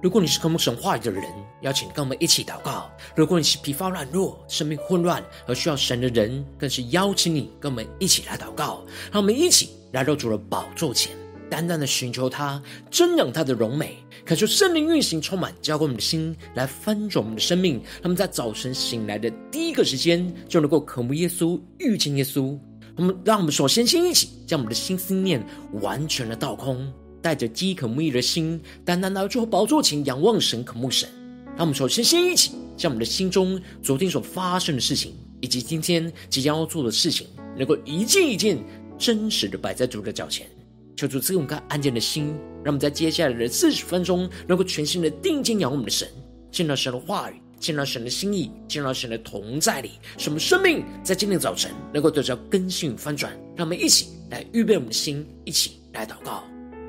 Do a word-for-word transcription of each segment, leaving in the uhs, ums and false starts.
如果你是渴慕神话语的人，邀请跟我们一起祷告。如果你是疲乏软弱、生命混乱而需要神的人，更是邀请你跟我们一起来祷告。让我们一起来到主的宝座前，单单的寻求他，瞻仰他的荣美，恳求圣灵运行充满，浇灌我们的心，来翻转我们的生命。让我们在早晨醒来的第一个时间，就能够渴慕耶稣，遇见耶稣。我们让我们首先先一起将我们的心思念完全的倒空，带着饥渴慕义的心，单单来到宝座前仰望神，渴慕神。让我们首先先一起将我们的心中昨天所发生的事情，以及今天即将要做的事情，能够一件一件真实的摆在主的脚前。求主赐给我们个安静的心，让我们在接下来的四十分钟能够全心的定睛仰望我们的神，见到神的话语，见到神的心意，见到神的同在里，使我们生命在今天早晨能够得到更新与翻转。让我们一起来预备我们的心，一起来祷告。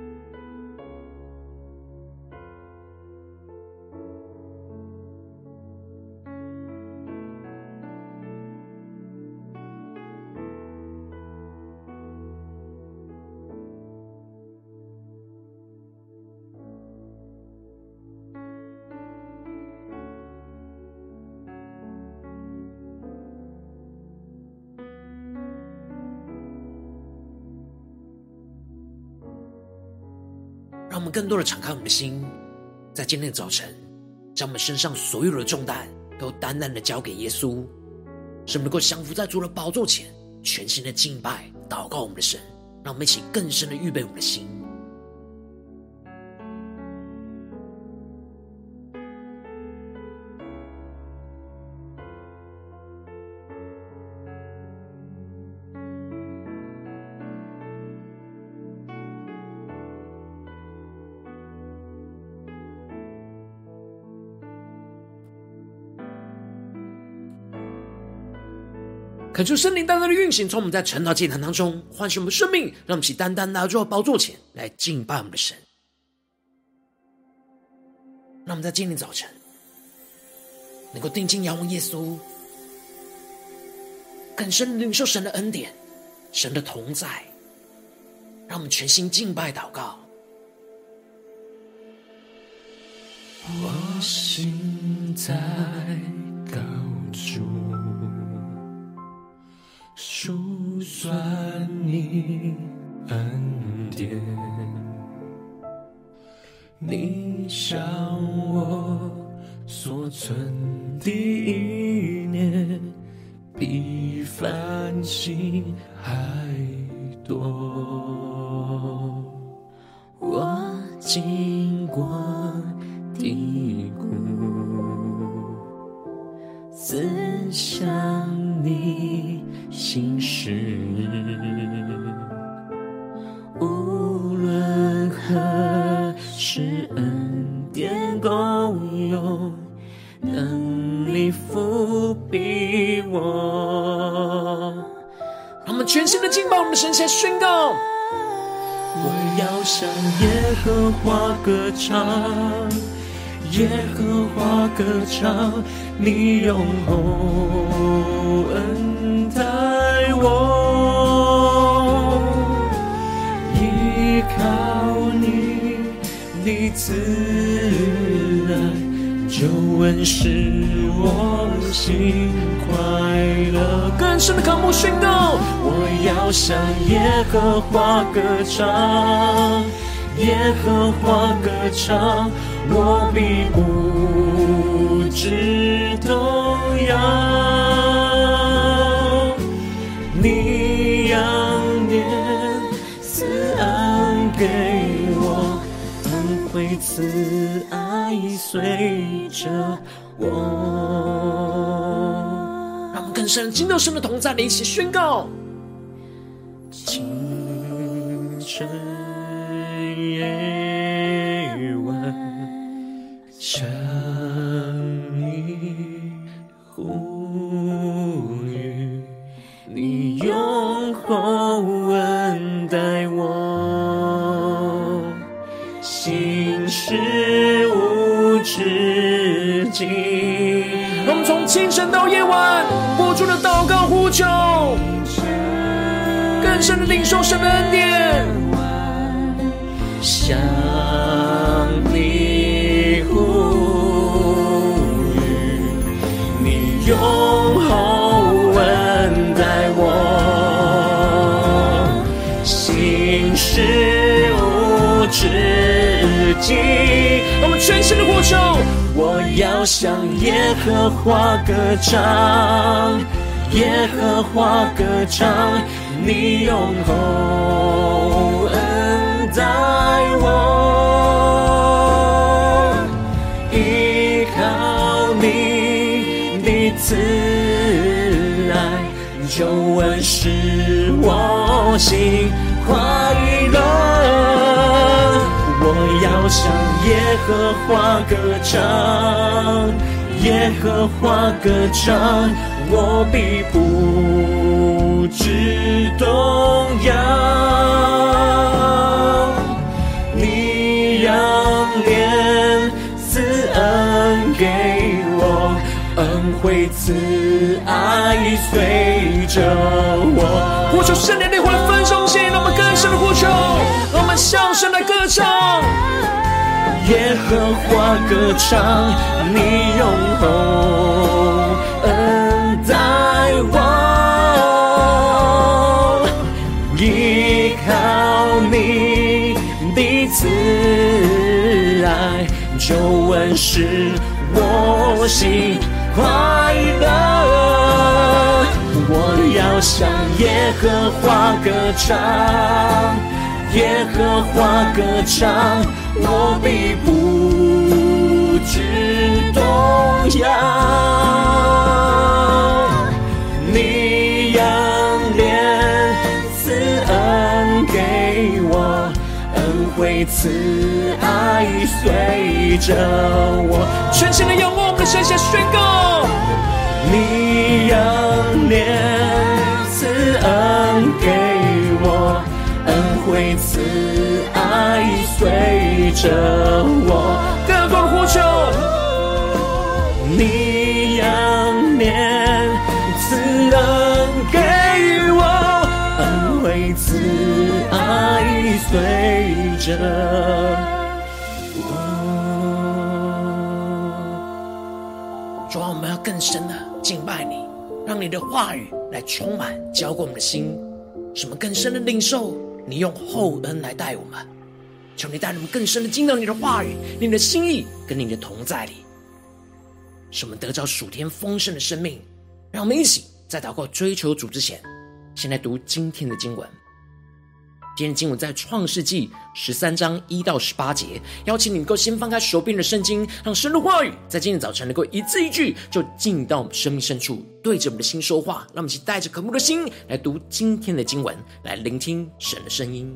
让我们更多的敞开我们的心，在今天的早晨，将我们身上所有的重担都单单的交给耶稣，使我们能够降服在主的宝座前，全心的敬拜祷告我们的神。让我们一起更深的预备我们的心。恳求圣灵单单的运行，从我们在晨祷祭坛当中唤醒我们生命，让我们一起单单拿到宝座前来敬拜我们的神。让我们在今天早晨能够定睛仰望耶稣，更深领受神的恩典，神的同在，让我们全心敬拜祷告。 我心在高处，数算你恩典，你向我所存的意念，比繁星还多。我经过低谷，思想你心事，无论何时恩典共用，能力覆庇我。 让我们全心的敬拜我们的神，来宣告： 我要向耶和华歌唱，耶和华歌唱，你用厚恩待我，依靠你，你慈爱，救恩使我心快乐。 更深的渴慕宣告： 我要向耶和华歌唱，耶和华歌唱，我必不致动摇。你仰念赐恩给我，恩惠慈爱随着我。 让我们更深进到神的同在里，一起宣告： 清晨夜晚，向你呼吁，你用厚恩待我，心事无止境。 让我们从清晨到夜晚播出的祷告呼求，更深的领受神的恩典， 向你事迹。我们全心的呼求，我要向耶和华歌唱，耶和华歌唱，你永厚恩待我，依靠你的慈爱，救恩使我心快乐。我要向耶和华歌唱，耶和华歌唱，我必不致动摇。你让怜赐恩给我，恩惠慈爱随着我。 呼求圣灵的灵魂分中心，让我们更深的呼求，让我们向神来歌唱。 耶和华歌唱，你永厚恩待我，依靠你的慈爱，救恩使我心快乐。我要向耶和华歌唱，耶和华歌唱，我必不致动摇。你让怜赐恩给我，恩惠慈爱随着我。 全心的仰望我们的神，先宣告： 你让怜赐恩给我，恩惠慈爱随着我。 更多的呼求， 你让怜赐恩给我，恩惠慈爱随着我。 主啊，我们要更深的敬拜你，让你的话语来充满浇灌我们的心，使我们更深的领受你用厚恩来待我们。求你带我们更深的进到你的话语、你的心意跟你的同在里，使我们得着属天丰盛的生命。让我们一起在祷告追求主之前，先来读今天的经文。今天的经文在创世纪十三章一到十八节，邀请你能够先翻开手边的圣经，让神的话语在今天早晨能够一字一句就进到我们生命深处，对着我们的心说话。让我们一起带着渴慕的心来读今天的经文，来聆听神的声音。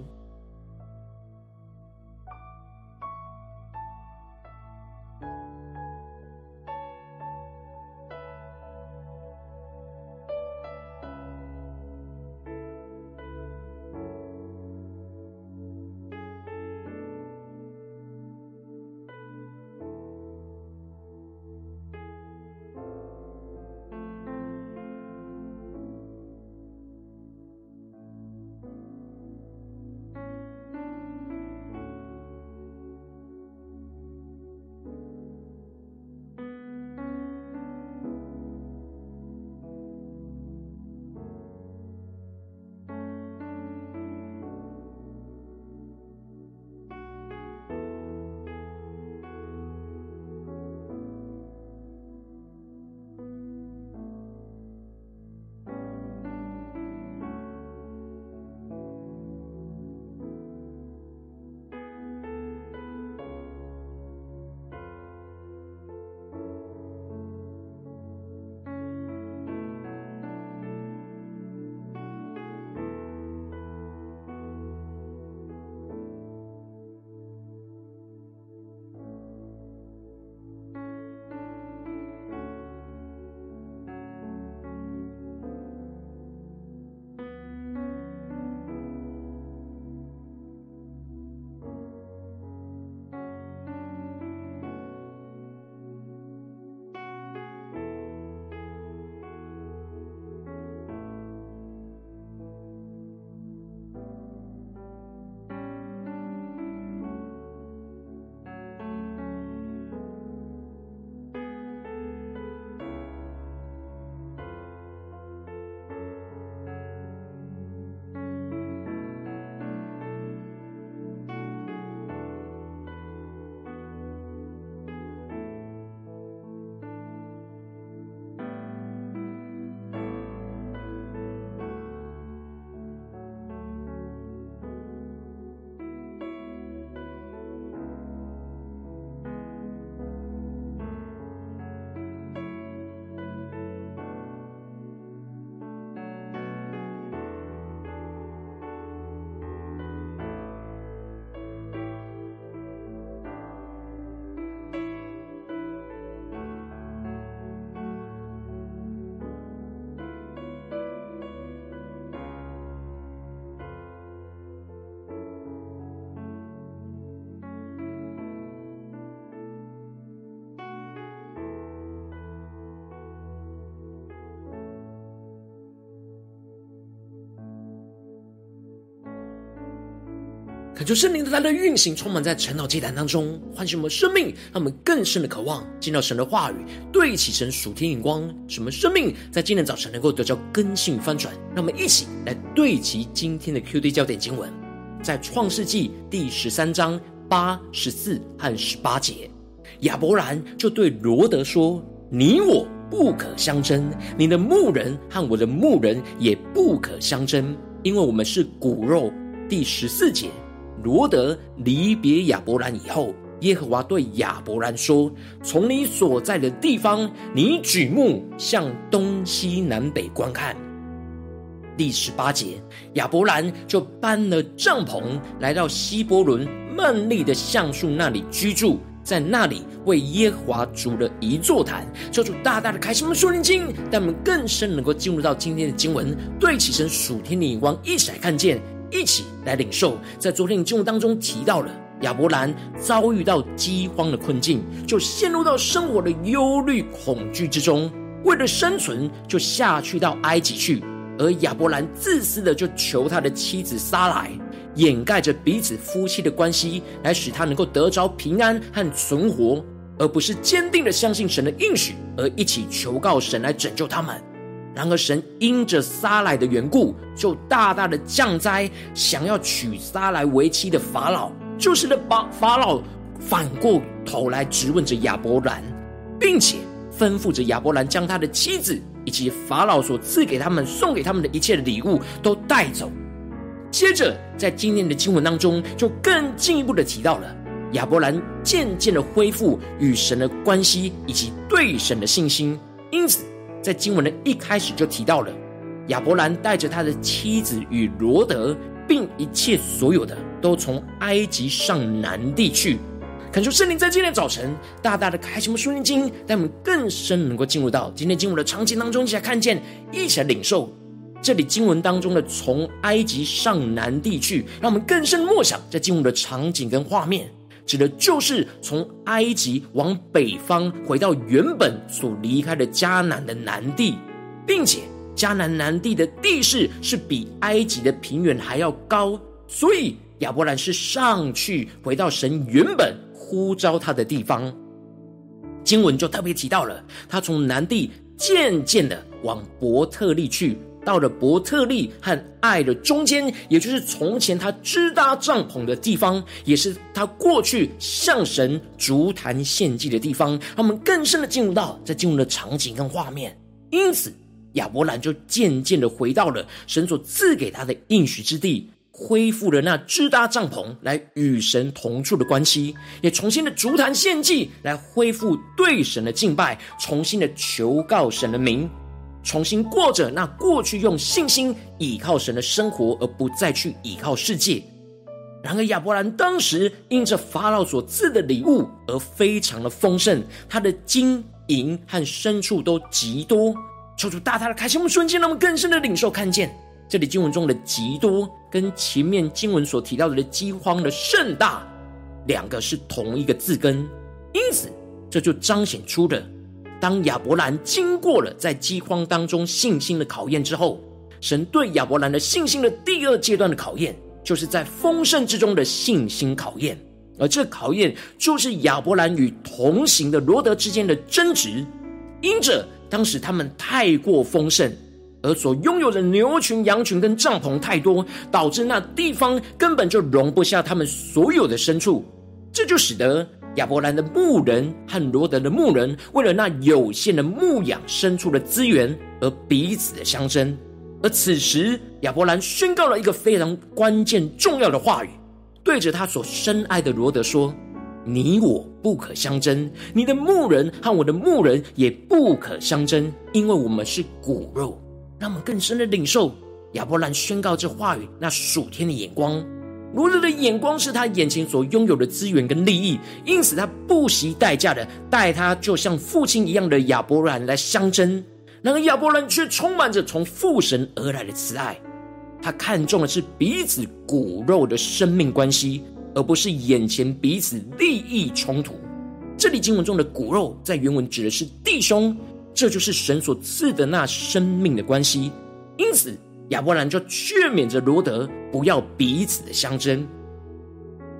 恳求圣灵的大的运行充满在晨祷祭坛当中，唤醒我们生命，让我们更深的渴望进到神的话语，对齐神属天眼光，使我们生命在今天早晨能够得到更新与翻转。让我们一起来对齐今天的 Q D 焦点经文，在创世纪第十三章八、十四和十八节。亚伯兰就对罗得说：你我不可相争，你的牧人和我的牧人也不可相争，因为我们是骨肉。第十四节，罗得离别亚伯兰以后，耶和华对亚伯兰说：从你所在的地方，你举目向东西南北观看。第十八节，亚伯兰就搬了帐篷，来到希伯伦曼利的橡树那里居住，在那里为耶和华筑了一座坛。求主大大的开启我们属灵经，让我们更深能够进入到今天的经文，对齐神属天的眼光，一起来看见，一起来领受。在昨天的经文当中提到了亚伯兰遭遇到饥荒的困境，就陷入到生活的忧虑恐惧之中，为了生存就下去到埃及去。而亚伯兰自私的就求他的妻子撒来，掩盖着彼此夫妻的关系，来使他能够得着平安和存活，而不是坚定的相信神的应许，而一起求告神来拯救他们。然而神因着撒来的缘故，就大大的降灾，想要娶撒来为妻的法老，就是的把法老反过头来质问着亚伯兰，并且吩咐着亚伯兰将他的妻子以及法老所赐给他们送给他们的一切的礼物都带走。接着在今天的经文当中，就更进一步的提到了亚伯兰渐渐的恢复与神的关系以及对神的信心。因此在经文的一开始就提到了亚伯兰带着他的妻子与罗得，并一切所有的都从埃及上南地去。恳求圣灵在今天的早晨大大的开启我们属灵经，让我们更深能够进入到今天经文的场景当中，一起来看见，一起来领受这里经文当中的从埃及上南地去，让我们更深默想在经文的场景跟画面，指的就是从埃及往北方回到原本所离开的迦南的南地，并且迦南南地的地势是比埃及的平原还要高，所以亚伯兰是上去回到神原本呼召他的地方。经文就特别提到了他从南地渐渐的往伯特利去，到了伯特利和爱的中间，也就是从前他支搭帐篷的地方，也是他过去向神筑坛献祭的地方。让我们更深的进入到在经文的场景跟画面。因此亚伯兰就渐渐的回到了神所赐给他的应许之地，恢复了那支搭帐篷来与神同住的关系，也重新的筑坛献祭，来恢复对神的敬拜，重新的求告神的名，重新过着那过去用信心倚靠神的生活，而不再去倚靠世界。然而亚伯兰当时因着法老所赐的礼物而非常的丰盛，他的金银和牲畜都极多。求主大大的开启我们瞬间，让我们更深的领受看见这里经文中的极多跟前面经文所提到的饥荒的甚大，两个是同一个字根。因此这就彰显出了当亚伯兰经过了在饥荒当中信心的考验之后，神对亚伯兰的信心的第二阶段的考验，就是在丰盛之中的信心考验。而这考验就是亚伯兰与同行的罗得之间的争执。因着当时他们太过丰盛，而所拥有的牛群羊群跟帐篷太多，导致那地方根本就容不下他们所有的牲畜。这就使得亚伯兰的牧人和罗得的牧人为了那有限的牧养牲畜的资源而彼此的相争。而此时亚伯兰宣告了一个非常关键重要的话语，对着他所深爱的罗得说：你我不可相争，你的牧人和我的牧人也不可相争，因为我们是骨肉。让我们更深的领受亚伯兰宣告这话语那属天的眼光。罗得的眼光是他眼前所拥有的资源跟利益，因此他不惜代价的带他就像父亲一样的亚伯兰来相争。然而亚伯兰却充满着从父神而来的慈爱，他看重的是彼此骨肉的生命关系，而不是眼前彼此利益冲突。这里经文中的骨肉在原文指的是弟兄，这就是神所赐的那生命的关系。因此亚伯兰就劝勉着罗得不要彼此的相争。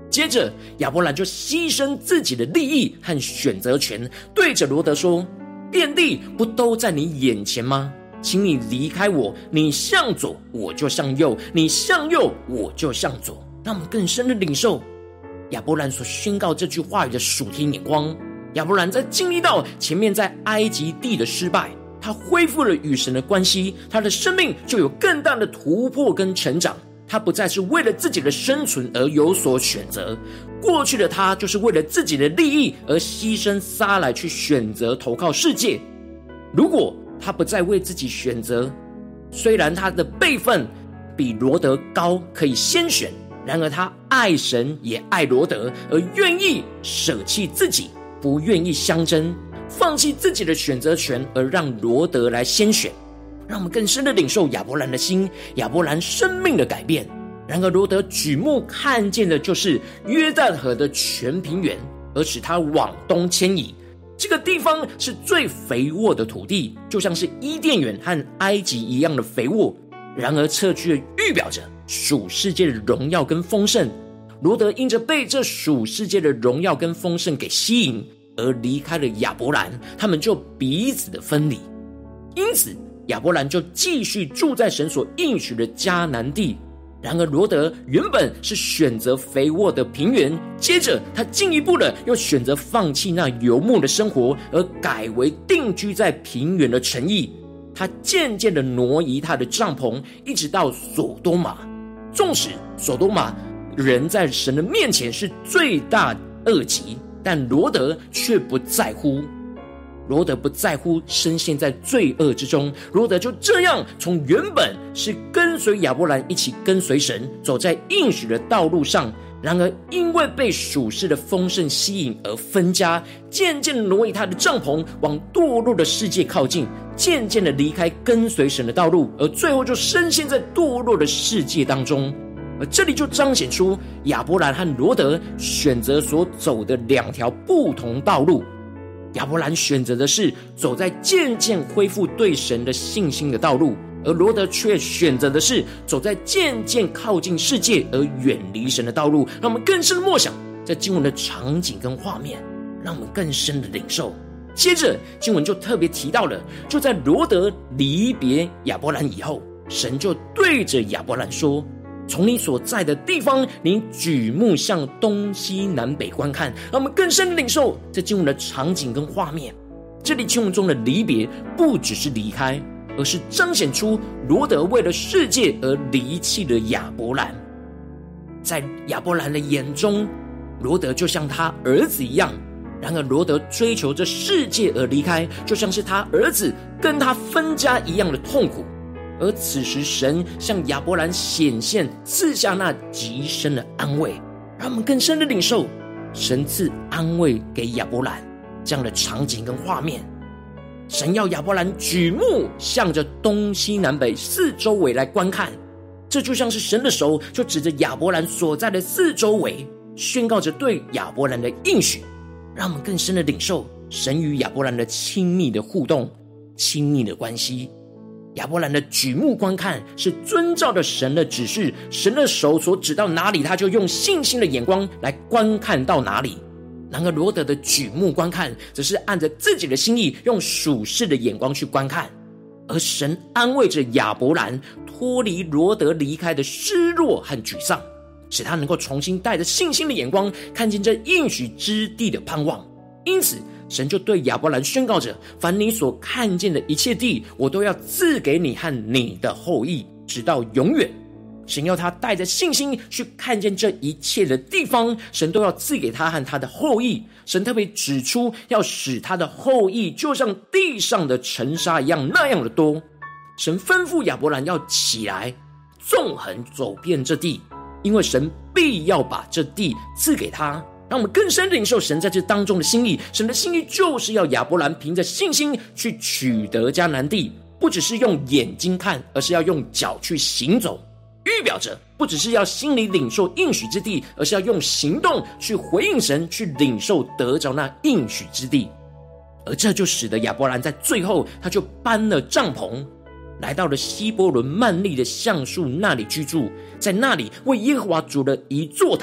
接着亚伯兰就牺牲自己的利益和选择权，对着罗德说：遍地不都在你眼前吗？请你离开我，你向左我就向右，你向右我就向左。让我们更深的领受亚伯兰所宣告这句话语的属天眼光。亚伯兰在经历到前面在埃及地的失败，他恢复了与神的关系，他的生命就有更大的突破跟成长。他不再是为了自己的生存而有所选择，过去的他就是为了自己的利益而牺牲撒来去选择投靠世界。如果他不再为自己选择，虽然他的辈分比罗德高，可以先选，然而他爱神也爱罗德，而愿意舍弃自己，不愿意相争，放弃自己的选择权，而让罗德来先选。让我们更深的领受亚伯兰的心，亚伯兰生命的改变。然而罗德举目看见的就是约旦河的全平原，而使他往东迁移。这个地方是最肥沃的土地，就像是伊甸园和埃及一样的肥沃。然而这却预表着属世界的荣耀跟丰盛。罗德因着被这属世界的荣耀跟丰盛给吸引，而离开了亚伯兰，他们就彼此的分离。因此亚伯兰就继续住在神所应许的迦南地。然而罗德原本是选择肥沃的平原，接着他进一步的又选择放弃那游牧的生活，而改为定居在平原的城邑。他渐渐的挪移他的帐篷，一直到所多玛。纵使所多玛人在神的面前是罪大恶极，但罗德却不在乎。罗德不在乎深陷在罪恶之中，罗德就这样从原本是跟随亚伯兰一起跟随神，走在应许的道路上，然而因为被属世的丰盛吸引而分家，渐渐的挪移他的帐篷，往堕落的世界靠近，渐渐的离开跟随神的道路，而最后就深陷在堕落的世界当中。而这里就彰显出亚伯兰和罗德选择所走的两条不同道路。亚伯兰选择的是走在渐渐恢复对神的信心的道路，而罗德却选择的是走在渐渐靠近世界而远离神的道路。让我们更深的默想在经文的场景跟画面，让我们更深的领受。接着经文就特别提到了，就在罗德离别亚伯兰以后，神就对着亚伯兰说：从你所在的地方，你举目向东西南北观看。让我们更深的领受这经文的场景跟画面。这里经文中的离别不只是离开，而是彰显出罗德为了世界而离弃了亚伯兰。在亚伯兰的眼中，罗德就像他儿子一样，然而罗德追求这世界而离开，就像是他儿子跟他分家一样的痛苦。而此时神向亚伯兰显现，赐下那极深的安慰。让我们更深的领受神赐安慰给亚伯兰这样的场景跟画面。神要亚伯兰举目向着东西南北四周围来观看，这就像是神的手就指着亚伯兰所在的四周围，宣告着对亚伯兰的应许。让我们更深的领受神与亚伯兰的亲密的互动，亲密的关系。亚伯兰的举目观看是遵照着神的指示，神的手所指到哪里，他就用信心的眼光来观看到哪里。然而罗德的举目观看则是按着自己的心意，用属世的眼光去观看。而神安慰着亚伯兰脱离罗德离开的失落和沮丧，使他能够重新带着信心的眼光看见这应许之地的盼望。因此神就对亚伯兰宣告着：凡你所看见的一切地，我都要赐给你和你的后裔，直到永远。神要他带着信心去看见这一切的地方，神都要赐给他和他的后裔。神特别指出，要使他的后裔就像地上的尘沙一样那样的多。神吩咐亚伯兰要起来，纵横走遍这地，因为神必要把这地赐给他。让我们更深领受神在这当中的心意。神的心意就是要亚伯兰凭着信心去取得迦南地，不只是用眼睛看，而是要用脚去行走。预表着不只是要心里领受应许之地，而是要用行动去回应神，去领受得着那应许之地。而这就使得亚伯兰在最后他就搬了帐篷，来到了希伯伦幔利的橡树那里居住，在那里为耶和华筑了一座坛，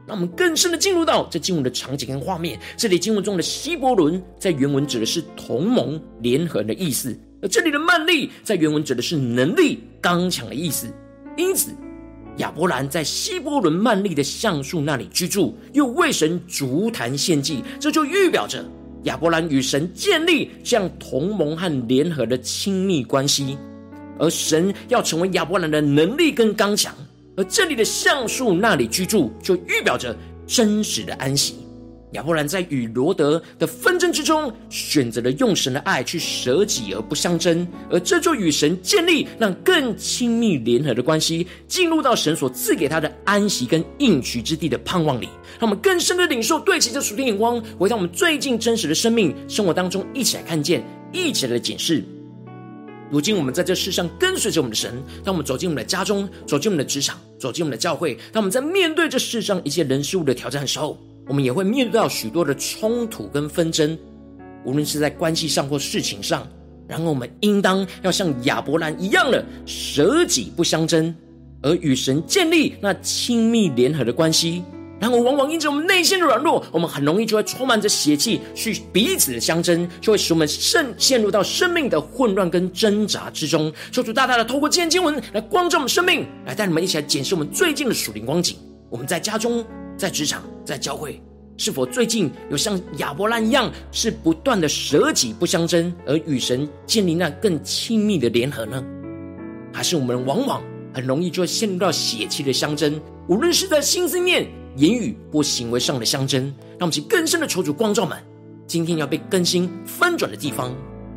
让我们更深的进入到这经文的场景跟画面。这里经文中的希伯伦在原文指的是同盟联合的意思，而这里的曼利在原文指的是能力刚强的意思。因此亚伯兰在希伯伦曼利的橡树那里居住，又为神筑坛献祭，这就预表着亚伯兰与神建立这样同盟和联合的亲密关系，而神要成为亚伯兰的能力跟刚强。而这里的橡树那里居住，就预表着真实的安息。亚伯兰在与罗得的纷争之中，选择了用神的爱去舍己而不相争，而这就与神建立让更亲密联合的关系，进入到神所赐给他的安息跟应许之地的盼望里。让我们更深的领受，对齐这属天眼光，回到我们最近真实的生命生活当中，一起来看见，一起来检视。如今我们在这世上跟随着我们的神，当我们走进我们的家中，走进我们的职场，走进我们的教会，当我们在面对这世上一切人事物的挑战的时候，我们也会面对到许多的冲突跟纷争，无论是在关系上或事情上。然后我们应当要像亚伯兰一样的舍己不相争，而与神建立那亲密联合的关系。然后往往因着我们内心的软弱，我们很容易就会充满着血气，去彼此的相争，就会使我们甚陷入到生命的混乱跟挣扎之中。求主大大的透过今天经文来光照我们生命，来带你们一起来检视我们最近的属灵光景。我们在家中，在职场，在教会，是否最近有像亚伯兰一样，是不断的舍己不相争，而与神建立那更亲密的联合呢？还是我们往往很容易就会陷入到血气的相争，无论是在心思念、言语或行为上的相争。让我们请更深的求主光照们，今天要被更新翻转的地方。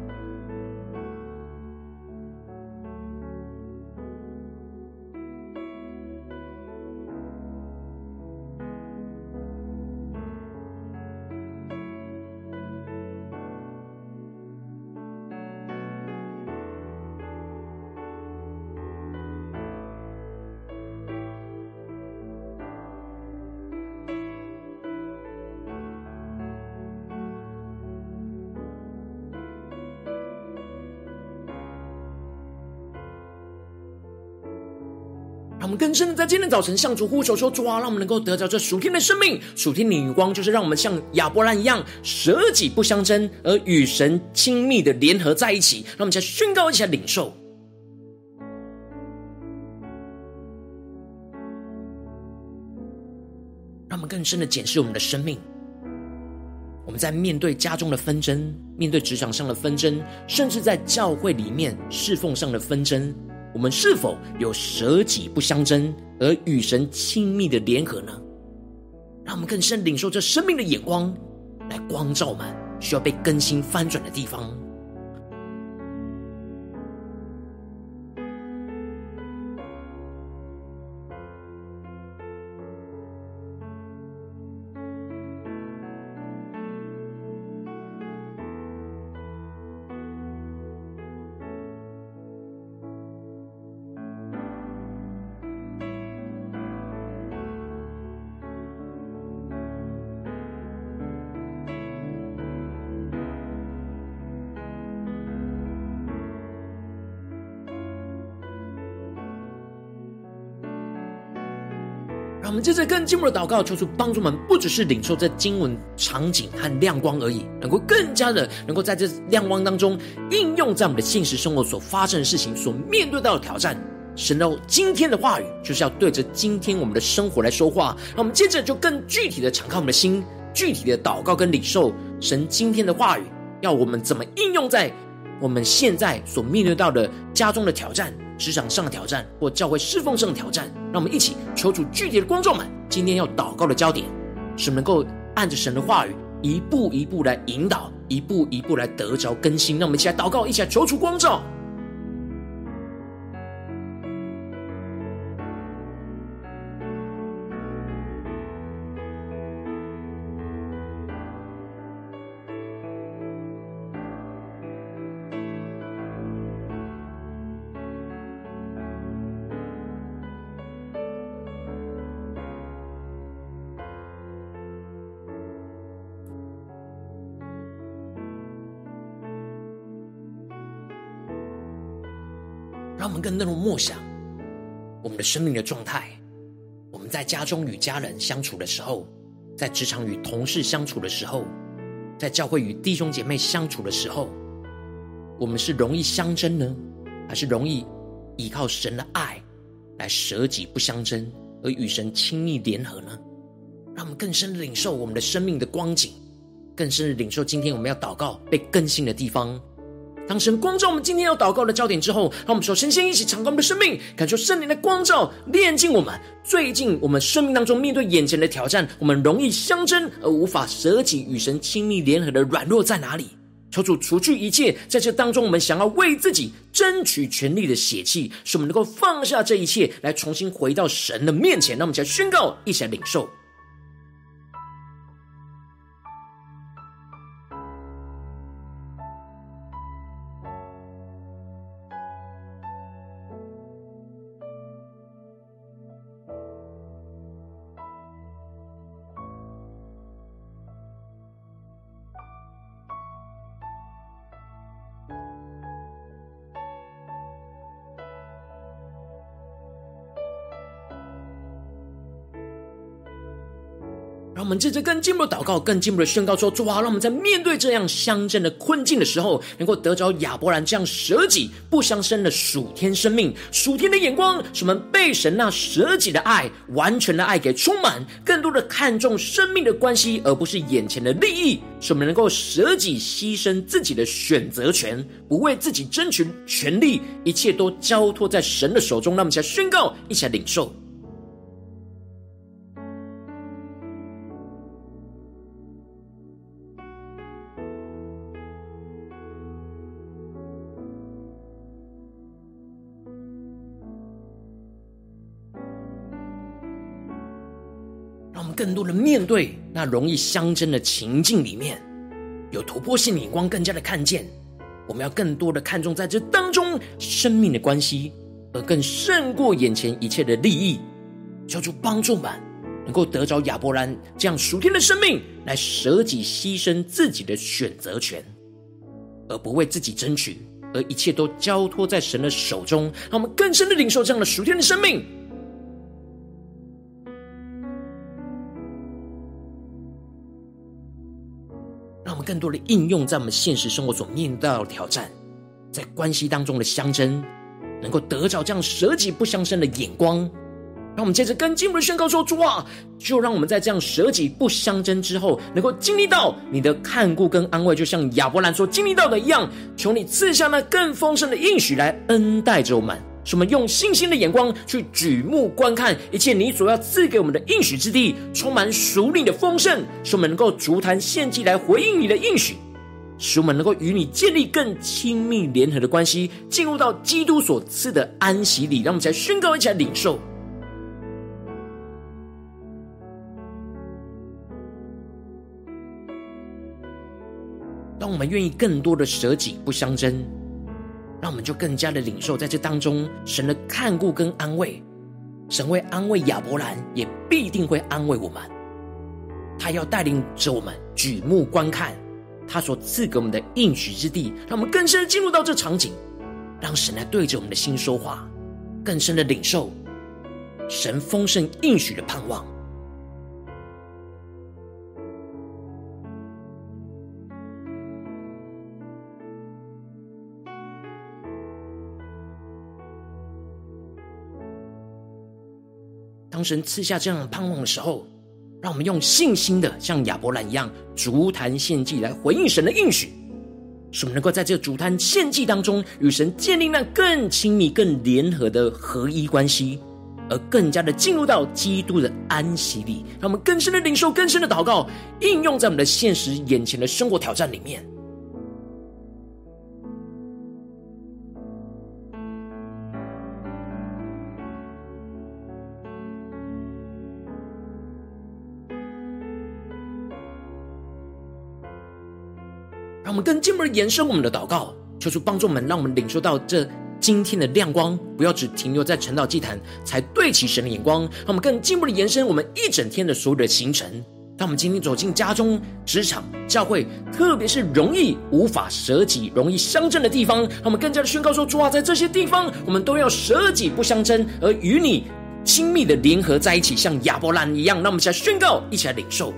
让我们更深的在今天早晨向主呼求说，主啊，让我们能够得着这属天的生命。属天的眼光就是让我们像亚伯兰一样舍己不相争，而与神亲密的联合在一起。让我们一起来宣告，一起来领受。让我们更深的检视我们的生命。我们在面对家中的纷争，面对职场上的纷争，甚至在教会里面侍奉上的纷争，我们是否有舍己不相争而与神亲密的联合呢？让我们更深领受这生命的眼光，来光照我们需要被更新翻转的地方。让我们接着更进一步的祷告，求主帮助我们，不只是领受这经文场景和亮光而已，能够更加的能够在这亮光当中应用在我们的现实生活所发生的事情，所面对到的挑战。神的今天的话语就是要对着今天我们的生活来说话。让我们接着就更具体的敞开我们的心，具体的祷告跟领受神今天的话语，要我们怎么应用在我们现在所面对到的家中的挑战、职场上的挑战或教会侍奉上的挑战。让我们一起求主具体的光照们，今天要祷告的焦点是能够按着神的话语一步一步来引导，一步一步来得着更新。让我们一起来祷告，一起来求主光照。让我们更能够默想我们的生命的状态， 我们在家中与家人相处的时候，在职场与同事相处的时候，在教会与弟兄姐妹相处的时候，我们是容易相争呢，还是容易依靠神的爱来舍己不相争，而与神亲密联合呢？让我们更深的领受我们的生命的光景，更深的领受今天我们要祷告被更新的地方。当神光照我们今天要祷告的焦点之后，让我们首先先一起敞开我们的生命，感受圣灵的光照炼净我们。最近我们生命当中面对眼前的挑战，我们容易相争而无法舍己与神亲密联合的软弱在哪里？求主除去一切在这当中我们想要为自己争取权利的血气，使我们能够放下这一切，来重新回到神的面前。让我们一起来宣告，一起来领受。让我们接着更进一步的祷告，更进一步的宣告说，主啊，让我们在面对这样相争的困境的时候，能够得着亚伯兰这样舍己不相争的属天生命，属天的眼光，使我们被神那舍己的爱，完全的爱给充满，更多的看重生命的关系，而不是眼前的利益，使我们能够舍己牺牲自己的选择权，不为自己争取权利，一切都交托在神的手中。让我们一起来宣告，一起来领受。让我们更多的面对那容易相争的情境里面，有突破性眼光，更加的看见我们要更多的看重在这当中生命的关系，而更胜过眼前一切的利益。求主帮助我们能够得着亚伯兰这样属天的生命，来舍己牺牲自己的选择权，而不为自己争取，而一切都交托在神的手中。让我们更深的领受这样的属天的生命，让我们更多的应用在我们现实生活所面对到的挑战，在关系当中的相争，能够得着这样舍己不相争的眼光。让我们接着跟进一步的宣告说，主啊，就让我们在这样舍己不相争之后，能够经历到你的看顾跟安慰，就像亚伯兰所经历到的一样。求你赐下那更丰盛的应许来恩待着我们，使我们用信心的眼光去举目观看一切你所要赐给我们的应许之地，充满属灵的丰盛，使我们能够逐坛献祭来回应你的应许，使我们能够与你建立更亲密联合的关系，进入到基督所赐的安息里。让我们一起来宣告，一起来领受。当我们愿意更多的舍己不相争，让我们就更加的领受在这当中神的看顾跟安慰。神会安慰亚伯兰，也必定会安慰我们。他要带领着我们举目观看他所赐给我们的应许之地，让我们更深的进入到这场景，让神来对着我们的心说话，更深的领受神丰盛应许的盼望。当神赐下这样的盼望的时候，让我们用信心的像亚伯兰一样逐坛献祭来回应神的应许，使我们能够在这个逐坛献祭当中与神建立那更亲密更联合的合一关系，而更加的进入到基督的安息里。让我们更深的领受，更深的祷告应用在我们的现实眼前的生活挑战里面。让我们更进一步的延伸我们的祷告，求主帮助我们，让我们领受到这今天的亮光，不要只停留在晨祷祭坛才对齐神的眼光。让我们更进一步的延伸我们一整天的所有的行程。当我们今天走进家中、职场、教会，特别是容易无法舍己、容易相争的地方，让我们更加的宣告说，主啊，在这些地方我们都要舍己不相争，而与你亲密的联合在一起，像亚伯兰一样。让我们一起来宣告，一起来领受。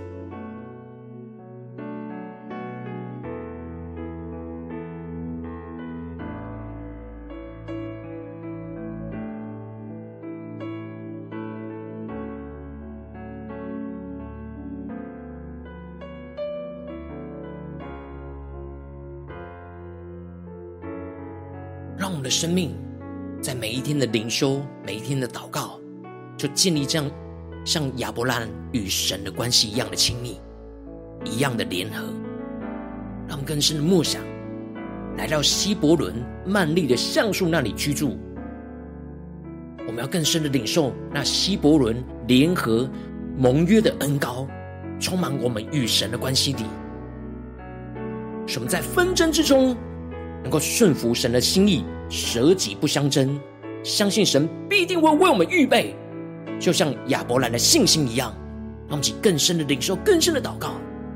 让我们的生命在每一天的灵修，每一天的祷告，就建立这样像亚伯兰与神的关系一样的亲密，一样的联合。让我们更深的默想，来到希伯伦曼利的橡树那里居住。我们要更深的领受那希伯伦联合盟约的恩膏，充满我们与神的关系里，使我们在纷争之中能够顺服神的心意，舍己不相争，相信神必定会为我们预备，就像亚伯兰的信心一样。让我们一起更深的领受，更深的祷告。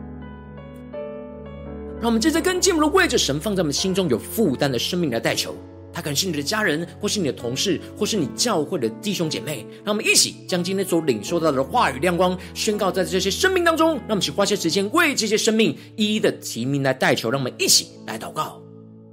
让我们接着跟进我们的为着神放在我们心中有负担的生命来代求。他可能是你的家人，或是你的同事，或是你教会的弟兄姐妹。让我们一起将今天所领受到的话语亮光宣告在这些生命当中。让我们一起花些时间为这些生命一一的提名来代求。让我们一起来祷告。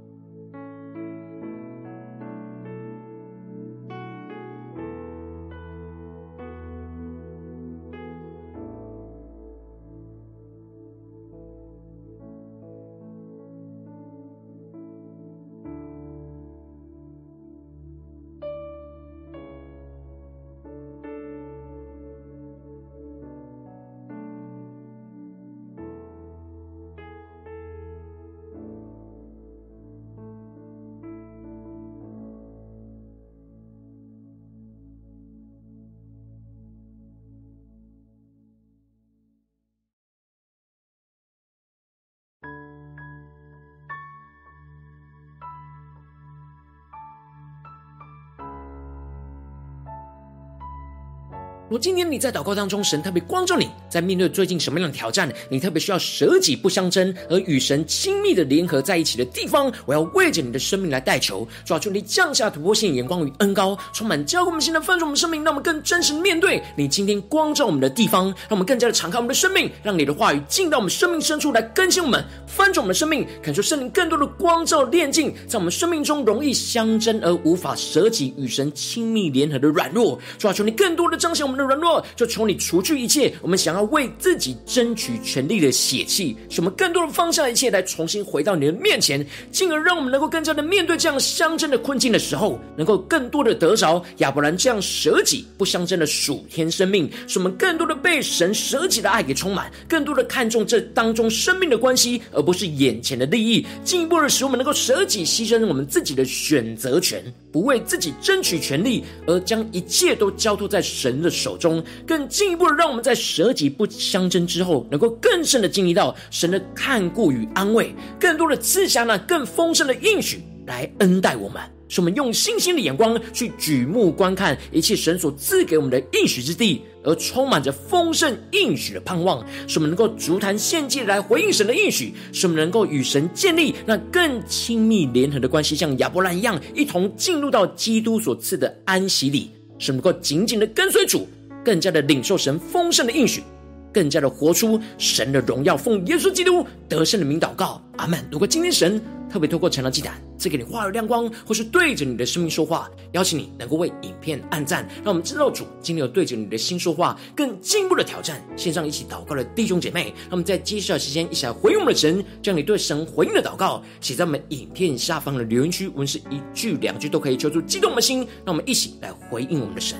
如果今天你在祷告当中，神特别光照你，在面对最近什么样的挑战，你特别需要舍己不相争，而与神亲密的联合在一起的地方，我要为着你的生命来代求。主啊，求你降下突破性眼光与恩膏，充满浇灌我们心的翻转我们生命，让我们更真实的面对你今天光照我们的地方，让我们更加的敞开我们的生命，让你的话语进到我们生命深处来更新我们，翻转我们的生命，恳求圣灵更多的光照炼净在我们生命中容易相争而无法舍己与神亲密联合的软弱。主啊，求你更多的彰显我们的软弱，就求你除去一切我们想要为自己争取权力的血气，使我们更多的放下一切，来重新回到你的面前，进而让我们能够更加的面对这样相争的困境的时候，能够更多的得着亚伯兰这样舍己不相争的属天生命，使我们更多的被神舍己的爱给充满，更多的看重这当中生命的关系，而不是眼前的利益，进一步的使我们能够舍己牺牲我们自己的选择权，不为自己争取权利，而将一切都交托在神的手中，更进一步的让我们在舍己不相争之后，能够更深的经历到神的看顾与安慰，更多的赐下那更丰盛的应许来恩待我们，使我们用信心的眼光去举目观看一切神所赐给我们的应许之地，而充满着丰盛应许的盼望，使我们能够足坛献祭来回应神的应许，使我们能够与神建立那更亲密联合的关系，像亚伯兰一样，一同进入到基督所赐的安息里，使我们能够紧紧的跟随主，更加的领受神丰盛的应许，更加的活出神的荣耀，奉耶稣基督得胜的名祷告，阿们。如果今天神特别透过晨祷祭坛赐给你话语亮光，或是对着你的生命说话，邀请你能够为影片按赞，让我们知道主今天有对着你的心说话，更进一步的挑战线上一起祷告的弟兄姐妹，让我们在接下来时间一起来回应我们的神，将你对神回应的祷告写在我们影片下方的留言区，无论是一句两句都可以求助激动我们的心，让我们一起来回应我们的神。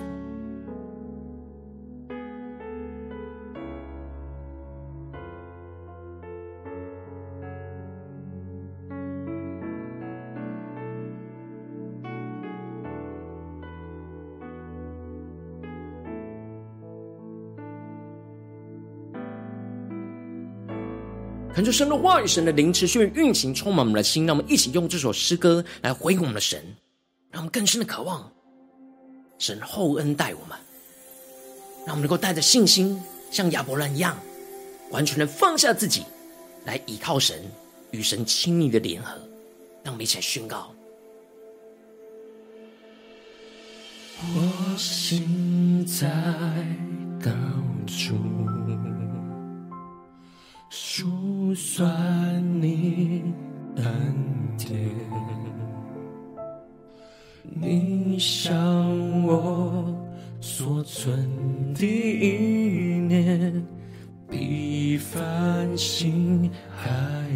恳求神的话语，神的灵持续运行充满我们的心，让我们一起用这首诗歌来回应我们的神，让我们更深的渴望神厚恩待我们，让我们能够带着信心像亚伯兰一样完全的放下自己，来依靠神，与神亲密的联合。让我们一起来宣告： 我心在高处，数算你恩典，你向我所存的意念，比繁星还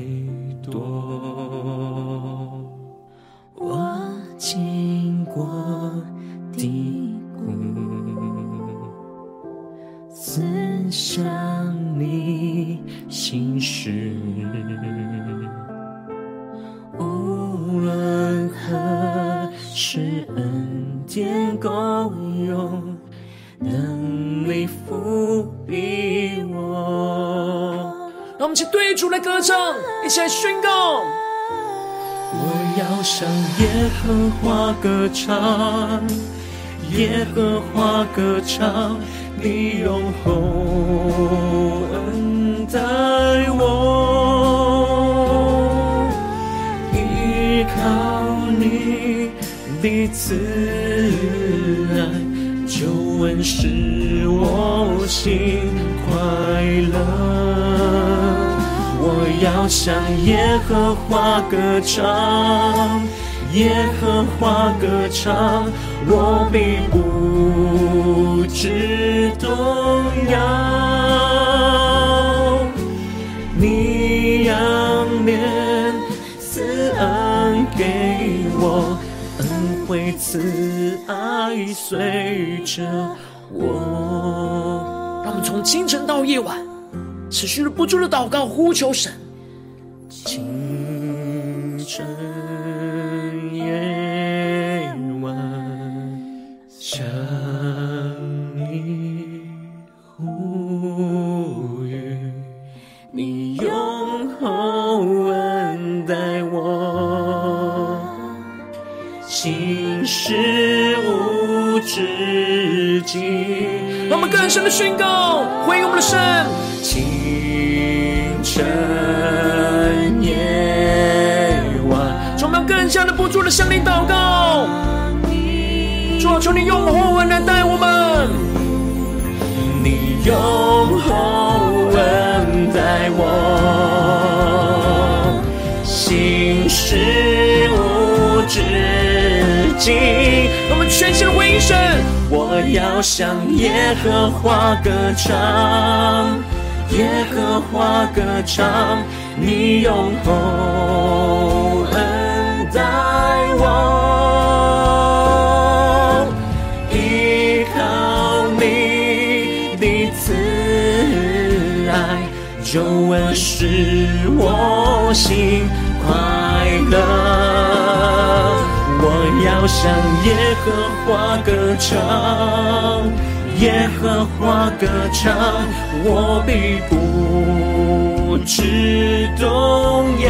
多。 我经过低谷，思想你心事，无论何时恩典够用，能力覆庇我。 让我们一起对主来歌唱，一起来宣告。 我要向耶和华歌唱，耶和华歌唱，你用厚恩待我，依靠你的慈爱，救恩使我心快乐。我要向耶和华歌唱，耶和华歌唱，我必不致动摇。你仰脸赐恩给我，恩惠慈爱随着我。 让我们从清晨到夜晚持续的不住的祷告呼求神。 清晨夜晚向你呼吁，你用厚恩待我，心事无止境。 让我们更深的宣告回应我们的神。 清晨夜晚， 主，我们要更加的不住的向你祷告。主啊，求你用厚恩来待我们， 你用厚恩待我，心事无止境。 让我们全心的回应神。 我要向耶和华歌唱，耶和华歌唱，你用厚恩待我，依靠你的慈爱，救恩使我心快乐。我要向耶和华歌唱，耶和华歌唱，我必不致动摇。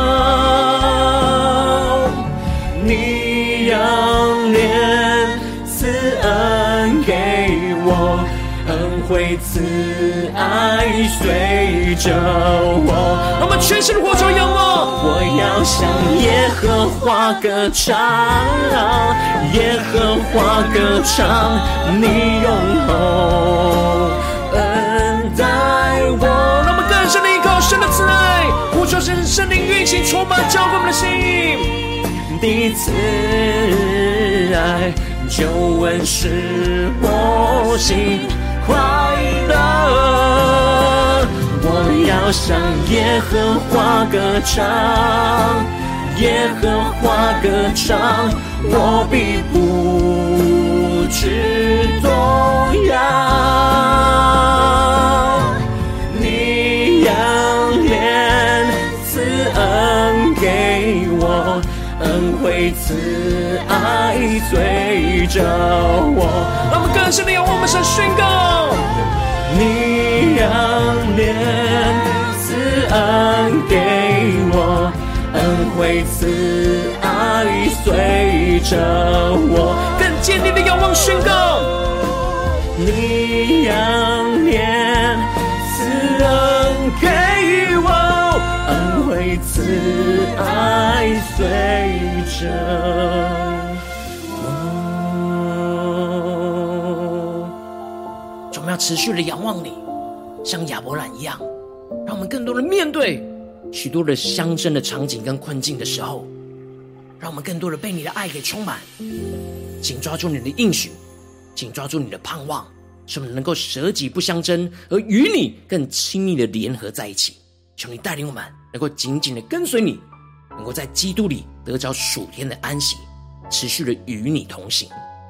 你仰脸赐恩给我，恩惠慈爱随着我。 让我们全心的呼求仰望。 我要向耶和华歌唱，耶和华歌唱，你用厚恩待我。 让我们更深的依靠神的慈爱，呼求神圣灵运行充满浇灌我们的心。 的慈爱，救恩使我心快乐。我要向耶和华歌唱，耶和华歌唱，我必不致动摇。你仰脸赐恩给我，恩惠慈爱随着我。 让我们更深的仰望我们神宣告。 你仰脸赐恩给我，恩惠慈爱随着我。 更坚定的仰望宣告。 你仰脸赐恩给我，恩惠慈爱随着我。 们要持续的仰望你，像亚伯兰一样，让我们更多的面对许多的相争的场景跟困境的时候，让我们更多的被你的爱给充满，紧抓住你的应许，紧抓住你的盼望，使我们能够舍己不相争，而与你更亲密的联合在一起。求你带领我们能够紧紧的跟随你，能够在基督里得着属天的安息，持续的与你同行。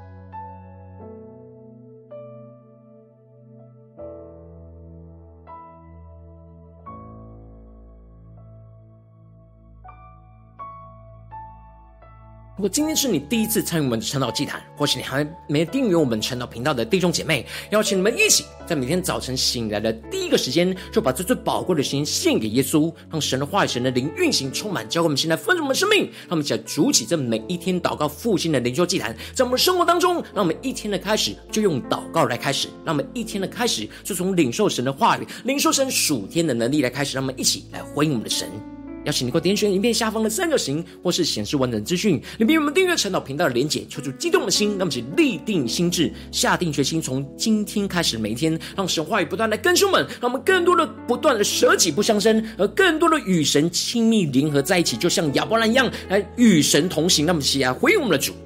如果今天是你第一次参与我们的晨祷祭坛，或是你还没订阅我们晨祷频道的弟兄姐妹，邀请你们一起在每天早晨醒来的第一个时间，就把这最宝贵的时间献给耶稣，让神的话语、神的灵运行充满，教会我们现在分盛我们的生命，让我们一起来筑起这每一天祷告复兴的灵修祭坛，在我们的生活当中，让我们一天的开始就用祷告来开始，让我们一天的开始就从领受神的话语、领受神属天的能力来开始，让我们一起来回应我们的神。邀请你给我点选影片下方的三角形，或是显示完整资讯里面有我们订阅晨祷频道的连结，求主激动的心，让我们一起立定心志，下定决心，从今天开始每一天，让神话语不断来更新我们，让我们更多的不断的舍己不相争，而更多的与神亲密联合在一起，就像亚伯兰一样来与神同行。让我们一起来回应我们的主。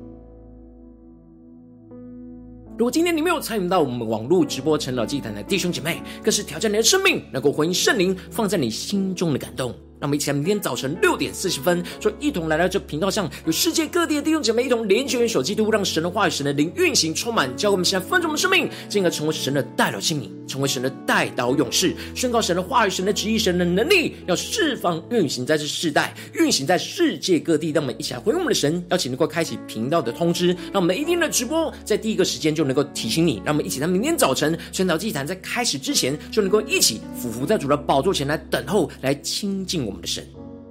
如果今天你没有参与到我们网络直播晨祷祭坛的弟兄姐妹，更是挑战你的生命，能够回应圣灵放在你心中的感动。让我们一起来明天早晨六点四十分，就一同来到这频道上，有世界各地的弟兄姐妹一同连接元首基督，让神的话语、神的灵运行充满，教我们现在分盛我们生命，进而成为神的代表器皿，成为神的代祷勇士，宣告神的话语、神的旨意、神的能力，要释放运行在这世代，运行在世界各地。让我们一起来回应我们的神，邀请能够开启频道的通知，让我们每一天的直播在第一个时间就能够提醒你。让我们一起在明天早晨晨祷祭坛在开始之前，就能够一起俯伏在主的宝座前来等候，来亲近我们的神。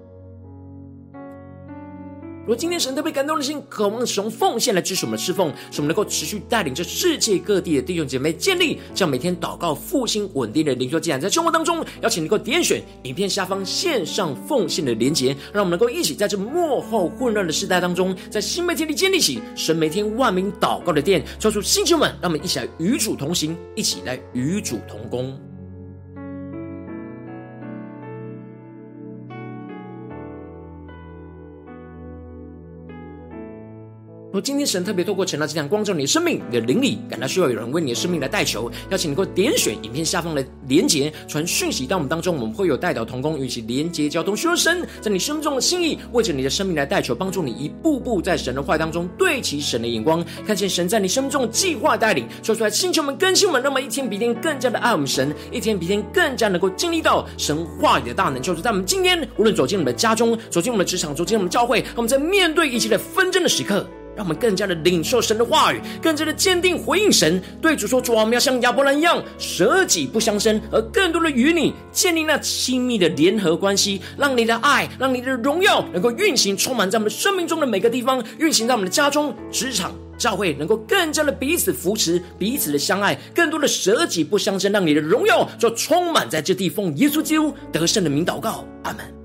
如果今天神特别感动的心，渴望使用奉献来支持我们的侍奉，使我们能够持续带领着世界各地的弟兄姐妹建立这样每天祷告复兴稳定的灵修祭坛，在生活当中邀请能够点选影片下方线上奉献的连结，让我们能够一起在这末后混乱的时代当中，在新媒体里建立起神每天万名祷告的殿，抽出星球们，让我们一起来与主同行，一起来与主同工。若今天神特别透过晨祷祭坛光照你的生命，你的灵里感到需要有人为你的生命来代求，邀请你能够点选影片下方的连结，传讯息到我们当中，我们会有代祷同工与其连结交通，寻求神在你生命中的心意，为着你的生命来代求，帮助你一步步在神的话语当中对齐神的眼光，看见神在你生命中的计划带领，说出来星球们更新我们，让我们一天比一天更加的爱我们神，一天比一天更加能够经历到神话语的大能。就是在我们今天无论走进我们的家中，走进我们的职场，走进我们的教会，让我们在面对一切的纷争的时刻，让我们更加的领受神的话语，更加的坚定回应神，对主说，主啊，我们要像亚伯兰一样舍己不相争，而更多的与你建立那亲密的联合关系，让你的爱，让你的荣耀能够运行充满在我们生命中的每个地方，运行在我们的家中、职场、教会，能够更加的彼此扶持，彼此的相爱，更多的舍己不相争，让你的荣耀就充满在这地。奉耶稣基督得胜的名祷告，阿们。